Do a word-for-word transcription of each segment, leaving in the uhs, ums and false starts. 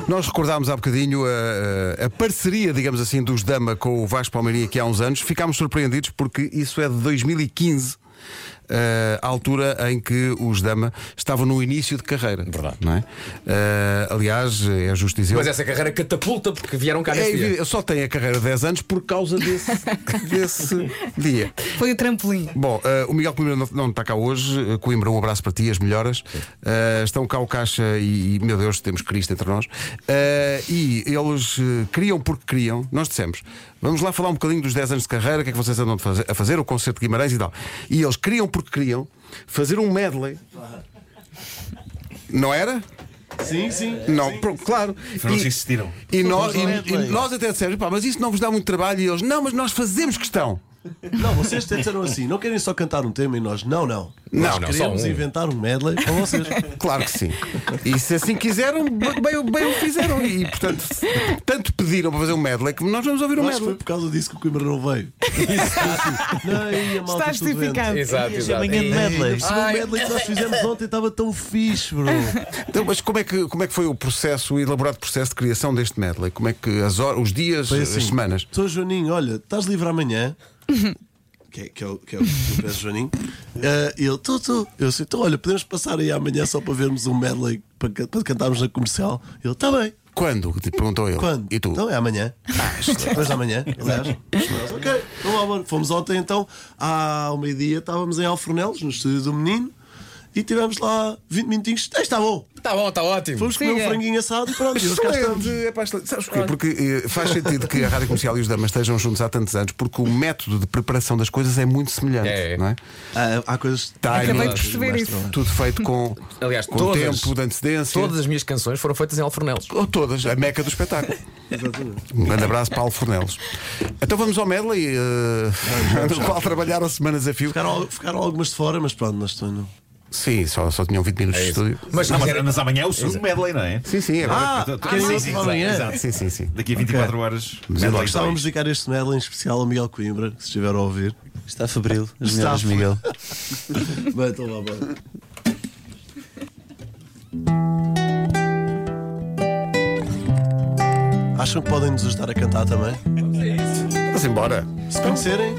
Nós recordámos há bocadinho a, a parceria, digamos assim, dos Dama com o Vasco Palmeirinho aqui há uns anos. Ficámos surpreendidos porque isso é de dois mil e quinze. Uh, à altura em que os Dama estavam no início de carreira. Verdade. Não é? Uh, aliás, é justo dizer. Mas essa carreira catapulta porque vieram cá nesse é, dia. Eu só tenho a carreira de dez anos por causa desse, desse dia. Foi o trampolim. Bom, uh, o Miguel Coimbra não, não está cá hoje. Uh, Coimbra, um abraço para ti, as melhoras. Uh, estão cá o Caixa e, e, meu Deus, temos Cristo entre nós. Uh, e eles uh, criam porque criam. Nós dissemos, vamos lá falar um bocadinho dos dez anos de carreira, o que é que vocês andam a fazer, o concerto de Guimarães e tal. E eles criam porque queriam fazer um medley. Não era? Sim, sim. Não, sim, pro, claro. Não e, se insistiram. E nós, e, e nós até dissemos, pá, mas isso não vos dá muito trabalho. E eles, não, mas nós fazemos questão. Não, vocês disseram assim, não querem só cantar um tema e nós, não, não. Não, nós não, queremos só um. inventar um medley com vocês. Claro que sim. E se assim quiseram, bem, bem o fizeram. E portanto, tanto pediram para fazer um medley que nós vamos ouvir um Acho que foi medley. por causa disso que o Coimbra não veio. Isso, não, aí a malta Está justificado. Exato, exato. Amanhã de medley. O medley que nós fizemos ontem estava tão fixe, bro. Então, mas como é, que, como é que foi o processo, o elaborado processo de criação deste medley? Como é que as horas, os dias, Foi assim, as semanas? Sou Joaninho, olha, estás livre amanhã? Que é, que é, o, que é o que eu peço, Joaninho. Uh, e ele, tu, tu. Eu disse, então, olha, podemos passar aí amanhã só para vermos um medley para, para cantarmos na comercial? Ele, está bem. Quando? Te perguntou ele. Quando? E tu? Então é amanhã. Depois da manhã, aliás. Ok, então lá, mano. Fomos ontem então, ao meio-dia, estávamos em Alfornelos, no estúdio do menino, e tivemos lá vinte minutinhos. Ah, está bom. Tá bom, tá ótimo. Fomos comer um franguinho assado e pronto, e hoje cá estamos. É, pá, sabes porquê? Porque eh, faz sentido que a Rádio Comercial e os Damas estejam juntos há tantos anos, porque o método de preparação das coisas é muito semelhante, É. não é? Ah, há coisas. Timing, Acabei de perceber isso. tudo feito com, Aliás, com todas- tempo de antecedência. Todas as minhas canções foram feitas em Alfornelos. Ou todas, a meca do espetáculo. Exatamente. Um grande abraço para Alfornelos. Então vamos ao medley, uh, no qual trabalharam semanas a fio. Ficaram, ficaram algumas de fora, mas pronto, nós estou no. Sim, só, só tinham vinte minutos de estúdio. Mas, Não, mas mas, era- mas amanhã é o segundo medley, não é? Sim, sim, agora. Ah, Então, querem sim, outro sim, para amanhã? exato. Sim, sim, sim. Daqui a vinte e quatro horas. Mas medley Gostávamos de dois. dedicar este medley em especial ao Miguel Coimbra, se estiver a ouvir. Está febril, as Está melhores, Miguel. Bem, então lá, bora. Acham que podem nos ajudar a cantar também? Vamos embora. Se conhecerem,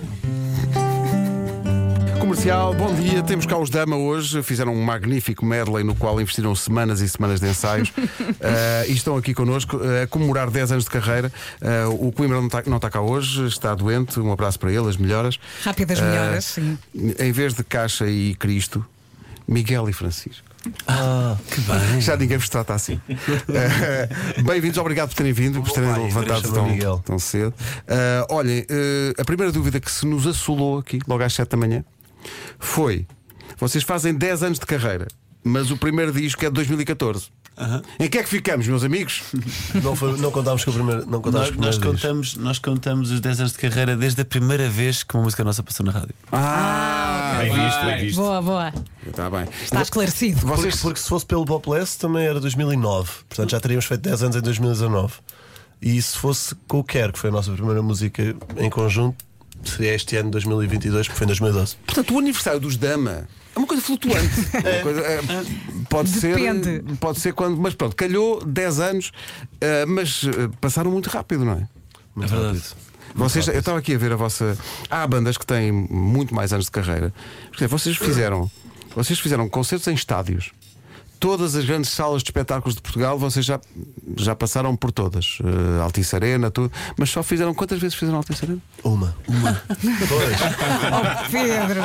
Comercial, bom dia. Temos cá os Dama hoje. Fizeram um magnífico medley no qual investiram semanas e semanas de ensaios. uh, e estão aqui connosco uh, a comemorar dez anos de carreira. Uh, o Coimbra não está, não está cá hoje, está doente. Um abraço para ele, as melhoras. Rápidas melhoras, sim. Em vez de Caixa e Cristo, Miguel e Francisco. Ah, que bem. Já ninguém vos trata assim. Uh, Bem-vindos, obrigado por terem vindo, por terem pai, levantado Teresa tão, Miguel. tão cedo. Uh, olhem, uh, a primeira dúvida que se nos assolou aqui, logo às sete da manhã, foi: vocês fazem dez anos de carreira, mas o primeiro disco é de dois mil e catorze. Aham. Em que é que ficamos, meus amigos? não, foi, não contámos com o primeiro. Não contámos Nós, com o nós, primeiro disco. contamos, nós contamos os dez anos de carreira desde a primeira vez que uma música nossa passou na rádio. Ah, Bem visto, bem visto. Boa, boa. está bem. Está esclarecido. Vocês, Porque, porque se fosse pelo Popless também era dois mil e nove. Portanto já teríamos feito dez anos em dois mil e dezanove. E se fosse com o Quer, que foi a nossa primeira música em conjunto, seria este ano dois mil e vinte e dois, porque foi em dois mil e doze. portanto, o aniversário dos Dama é uma coisa flutuante. É uma coisa, é, pode Depende. ser, pode ser quando, mas pronto, calhou dez anos, uh, mas uh, passaram muito rápido, não é? Muito É verdade. rápido. Vocês, eu estava aqui a ver a vossa. Há bandas que têm muito mais anos de carreira. Porque vocês fizeram, vocês fizeram concertos em estádios. Todas as grandes salas de espetáculos de Portugal, vocês já, já passaram por todas. Uh, Altice Arena, tudo. Mas só fizeram. Quantas vezes fizeram Altice Arena? Uma. Uma. Dois. Oh, Pedro.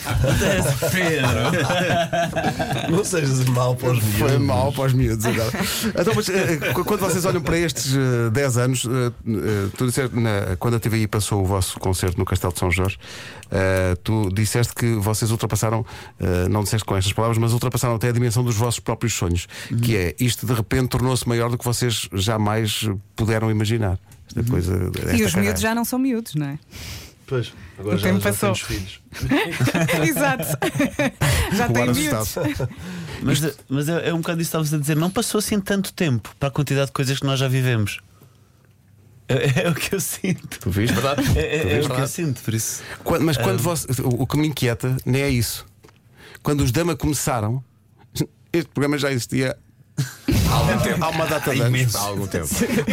Não sejas mal para os miúdos. Foi mal para os miúdos agora. Então, mas, uh, quando vocês olham para estes uh, dez anos, uh, uh, tu disseste, na, quando a T V I passou o vosso concerto no Castelo de São Jorge, uh, tu disseste que vocês ultrapassaram, uh, não disseste com estas palavras, mas ultrapassaram até a dimensão dos vossos próprios sonhos, uhum. que é isto de repente tornou-se maior do que vocês jamais puderam imaginar. Esta uhum. coisa, esta E os carreira. miúdos já não são miúdos, não é? Pois, agora O já, tempo já passou. temos filhos. Exato. Já O tem ar miúdos. assustado. Mas, mas é, é um bocado isso que estavas a dizer. Não passou assim tanto tempo para a quantidade de coisas que nós já vivemos. É, é o que eu sinto. Tu viste? Verdade. É, é, é o que eu Verdade. sinto, por isso. Quando- mas quando você, o, o que me inquieta nem é isso. Quando os Dama começaram, este programa já existia Há algum tempo. Há uma data de Há anos. imenso. Há algum tempo.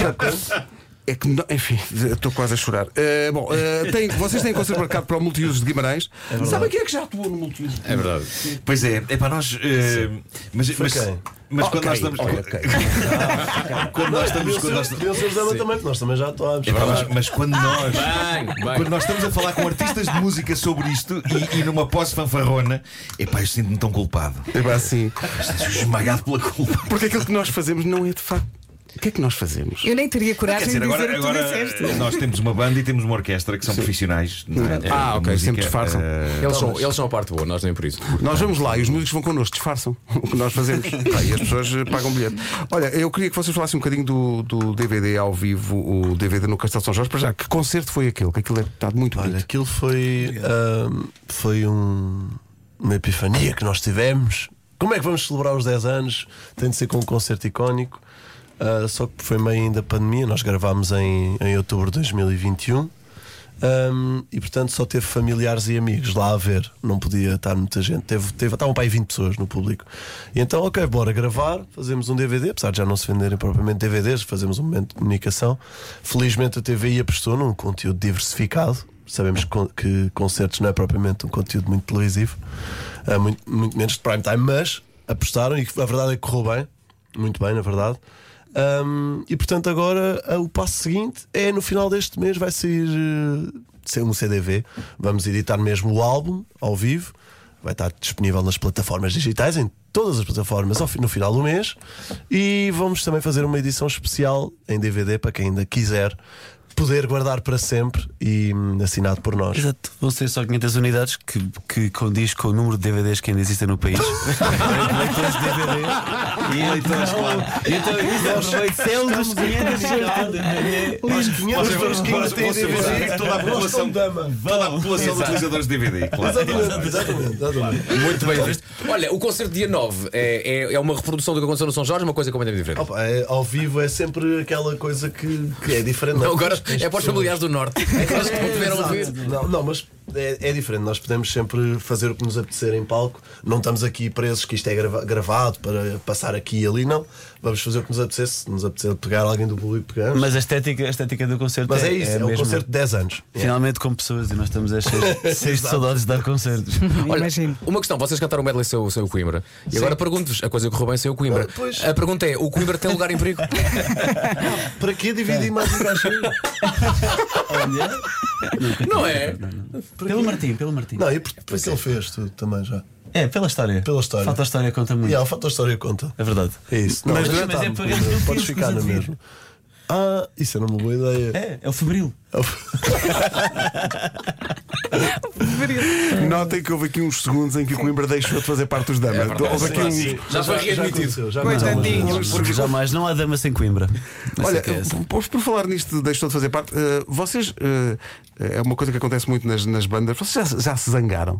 É que, não- enfim, estou quase a chorar. Eh, bom, eh, tem- vocês têm concerto marcado para o Multiusos de Guimarães. Sabe quem é que já atuou no Multiusos? É verdade. Pois é, é para nós. eh, mas mas, quem? mas quando Ok, nós estamos. ok, ok. Quando nós estamos. Quando nós, Podiam ser os Dama também, que nós também já atuámos. Epá, mas, mas quando nós. Bem, bem. Quando nós estamos a falar com artistas de música sobre isto e, e numa pose fanfarrona, epá, eu sinto-me tão culpado. É bem assim. Sinto-me esmagado pela culpa. Porque aquilo que nós fazemos não é de facto. O que é que nós fazemos? Eu nem teria Quer coragem dizer, de dizer agora, o que tu agora disseste. nós temos uma banda e temos uma orquestra que são profissionais. Não é? Ah, De ok, sempre disfarçam. eh, Eles são, eles são a parte boa, nós nem por isso. Nós vamos lá e os músicos vão connosco, disfarçam o que nós fazemos. Ah, e as pessoas eh, pagam bilhete. Olha, eu queria que vocês falassem um bocadinho do, do D V D ao vivo, o D V D no Castelo de São Jorge. Para já, que concerto foi aquele? Que aquilo está muito Olha, bonito. aquilo foi, ahm, foi um- uma epifania que nós tivemos. Como é que vamos celebrar os dez anos? Tem de ser com um concerto icónico. Ah, só que foi meio ainda pandemia. Nós gravámos em, em outubro de dois mil e vinte e um. Ahm, e portanto só teve familiares e amigos lá a ver. Não podia estar muita gente. Teve, teve, estavam para aí vinte pessoas no público. E então, ok, bora gravar. Fazemos um D V D. Apesar de já não se venderem propriamente D V Ds, fazemos um momento de comunicação. Felizmente a T V I apostou num conteúdo diversificado. Sabemos que, con- que concertos não é propriamente um conteúdo muito televisivo, ah, muito, muito menos de prime time, mas apostaram e a verdade é que correu bem, muito bem, na verdade. Um, e portanto, agora ah, o passo seguinte é no final deste mês vai sair eh, ser um C D V. Vamos editar mesmo o álbum ao vivo, vai estar disponível nas plataformas digitais, em todas as plataformas ao fi- no final do mês. E vamos também fazer uma edição especial em D V D para quem ainda quiser poder guardar para sempre e hum, assinado por nós. Exato, vão ser só quinhentas unidades que, que condiz com o número de D V Ds que ainda existem no país. Leitores de D V D e leitores, claro. E então isso aproveito se é um dos quinhentos Os quinhentos pessoas que ainda têm D V D, toda a população, toda a população de utilizadores de D V D, claro. Exatamente, exatamente, exatamente. Muito bem visto. Olha, o concerto dia nove é, é, é uma reprodução do que aconteceu no São Jorge, uma coisa completamente diferente. Opa, é- ao vivo é sempre aquela coisa que, que é diferente. Não, Não, agora Tens- tens é para os pessoas- familiares do Norte. Aqueles que não tiveram a Exato. ouvir. Não, não, mas é, é diferente. Nós podemos sempre fazer o que nos apetecer em palco. Não estamos aqui presos que isto é grava- gravado para passar aqui e ali, não. Vamos fazer o que nos apetecer. Se nos apetecer pegar alguém do público, pegamos. Mas a estética, a estética do concerto Mas é, isso, é, um mesmo- concerto de dez anos. Finalmente com pessoas e nós estamos a cheios, cheios de saudades de dar concertos. Olha, Imagino. uma questão, vocês cantaram o medley sem o, sem o Coimbra. E agora pergunto-vos, a coisa correu bem sem o Coimbra. Ah, pois. A pergunta é: o Coimbra tem lugar em perigo? Para que dividir mais um caixinho? Não é? Pelo Martim, pelo Martim. Não, e por, por que ele fez tudo também já? É, pela história. Pela história. Falta a história conta muito. E a foto da história conta. É verdade. É isso. Não, Mas- já mas está, é pagando pelo podes fio, ficar na coisa de mesma. Ah, isso era uma boa ideia. É, é o Febril. Notem que houve aqui uns segundos em que o Coimbra deixou de fazer parte dos Damas. verdade, houve aqui sim, um. sim. Já foi readmitido. aconteceu, já Coitadinho. aconteceu. Porque jamais não há dama sem Coimbra. Essa Olha, que é essa. por, por falar nisto, deixou de fazer parte. eh, vocês. eh, é uma coisa que acontece muito nas, nas bandas. Vocês já, já se zangaram?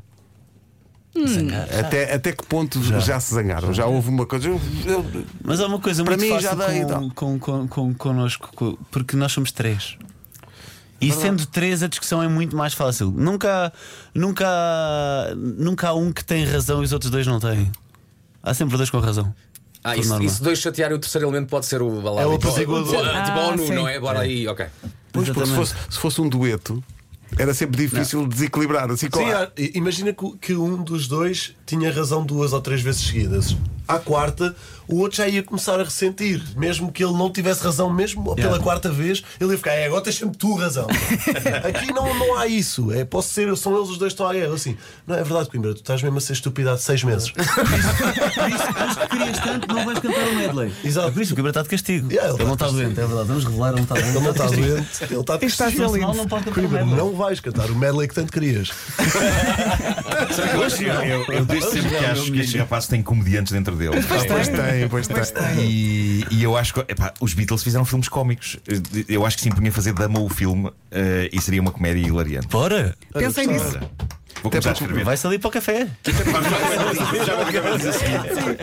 Até, até que ponto já, se zangaram? Já, houve uma coisa. eu- eu- Mas há uma coisa Para muito mim, fácil já dei, com, então. com, com, com, connosco, com- porque nós somos três. E sendo três, a discussão é muito mais fácil. Nunca, há- nunca, há- nunca há um que tem razão e os outros dois não têm. Há sempre dois com razão. Ah, Por isso, norma. isso dois chatearem o terceiro elemento pode ser o É o tipo, apaziguador. tipo a Ah, ONU, sim. não é? Bora aí, ok. Pois, porque se Exatamente. fosse, se fosse um dueto, era sempre difícil desequilibrar. Assim, Sim, com- há- imagina que, que um dos dois tinha razão duas ou três vezes seguidas. À quarta, o outro já ia começar a ressentir. Mesmo que ele não tivesse razão, mesmo pela Yeah. quarta vez, ele ia ficar, é, agora tens sempre tu razão. Aqui não, não há isso. É, posso ser, são eles os dois que estão à guerra. Assim, não é verdade, Coimbra, tu estás mesmo a ser estúpido há seis meses. Por isso que querias tanto, não vais cantar o medley. Exato. É por isso que o Coimbra está de castigo. Yeah, ele ele não está está de doente, é verdade. Vamos revelar, ele não está doente. Ele não está de castigo. doente, ele está de Está castigo. feliz. Senão não pode cantar o Coimbra, medley. não vais cantar o medley que tanto querias. Eu, acho- eu, eu, eu desde sempre que acho que estes rapazes têm comediantes dentro deles. Pois tem, pois tem. E, e eu acho que epá, os Beatles fizeram filmes cómicos. Eu acho que se impunha fazer Dama o filme eh, e seria uma comédia hilariante. Bora! Pensem nisso. Ora, Vou começar a escrever. Vai-se ali para o café. Já vou acabar de dizer a seguir.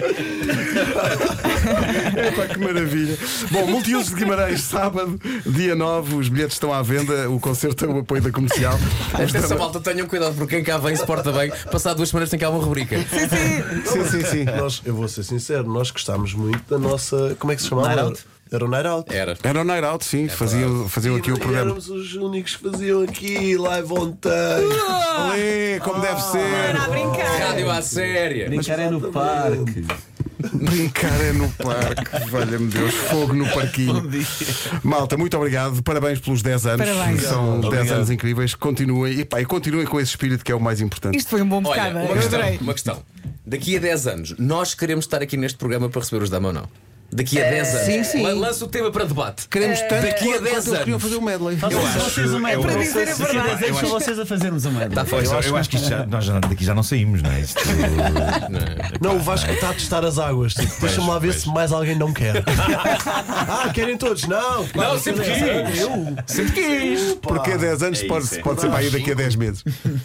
Epá, que maravilha. Bom, Multiusos de Guimarães, sábado, dia nove, os bilhetes estão à venda, o concerto é o apoio da comercial. Atenção, malta, tenham cuidado, porque quem cá vem se porta bem. Passado duas semanas tem cá uma rubrica. Sim, sim, sim. Nós, eu vou ser sincero, nós gostámos muito da nossa. Como é que se chamava? Night Out? Era o Night Out. Era. Era o Night Out, sim, faziam, faziam aqui o programa. Éramos os únicos que faziam aqui live on tape. Ali, como deve ser. Era a brincar. Rádio à séria. Brincar é no parque. Brincar é no parque, valha-me Deus, fogo no parquinho. Malta, muito obrigado, parabéns pelos dez anos. Parabéns. São dez Obrigado. anos incríveis. Continuem e, pá, e continuem com esse espírito que é o mais importante. Isto foi um bom Olha, bocado. uma Eu questão, adorei. uma questão. Daqui a dez anos, nós queremos estar aqui neste programa para receber os Dama ou não? Daqui a dez anos. sim, sim. Lan- Lança o tema para debate. Queremos tanto Daqui a quanto dez eles queriam anos. fazer o medley. Eu acho vocês um é o- Para dizer a verdade. Deixam vocês a fazermos um medley. Tá Eu, feito. eu acho que isto já, nós já, daqui já não saímos, não é? Isto, Não, o Vasco está a testar as águas. Tipo, deixa-me lá ver se mais alguém não quer. Ah, querem todos? Não, Não, sempre quis. eu. Sempre quis. Porque a dez anos pode, pode ser para aí daqui a dez meses.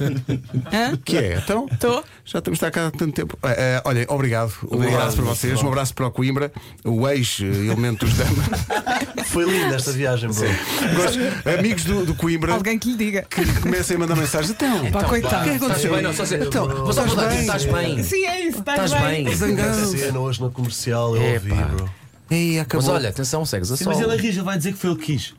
Hã? Que é? Então, Estou? já estamos a estar cá há tanto tempo. Ah, ah, olha, obrigado. Um abraço para vocês, um abraço para o Coimbra, o ex-elemento dos Dama. Foi linda esta viagem, bro. Gosto- Amigos do, do Coimbra Alguém que lhe diga. que comecem a mandar mensagens. Então, Pá, coitado. o que é que Estás aconteceu? bem? Não, só dizer. Então, Mas só estás para dar, bem? estás bem. Sim, é isso. Estás, Estás bem. A Zangado. cena hoje na comercial, eu ouvi, bro. Ei, acabou. Mas olha, atenção, segues a Sim, sol. mas ele arrija, vai dizer que foi ele que quis.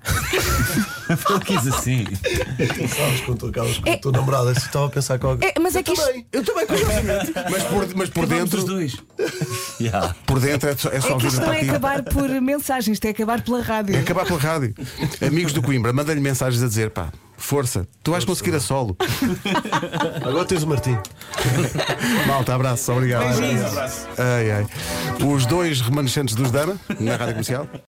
Foi ele que quis assim. Sabes quando tu acabas com a tua namorada, se estava a pensar com alguém. É, mas é que isto. Também. Eu também, curiosamente. Mas por, mas por Vamos dentro, os dois. Yeah. por dentro é só, é só É que ouvir isto a não é partida. acabar por mensagens, isto é acabar pela rádio. É acabar pela rádio. Amigos do Coimbra, mandem-lhe mensagens a dizer: pá, força, tu vais conseguir a solo. Agora tens o Martim. Malta, abraço, obrigado. Beijinhos. Ai, ai. Os dois remanescentes dos Dama, na rádio comercial.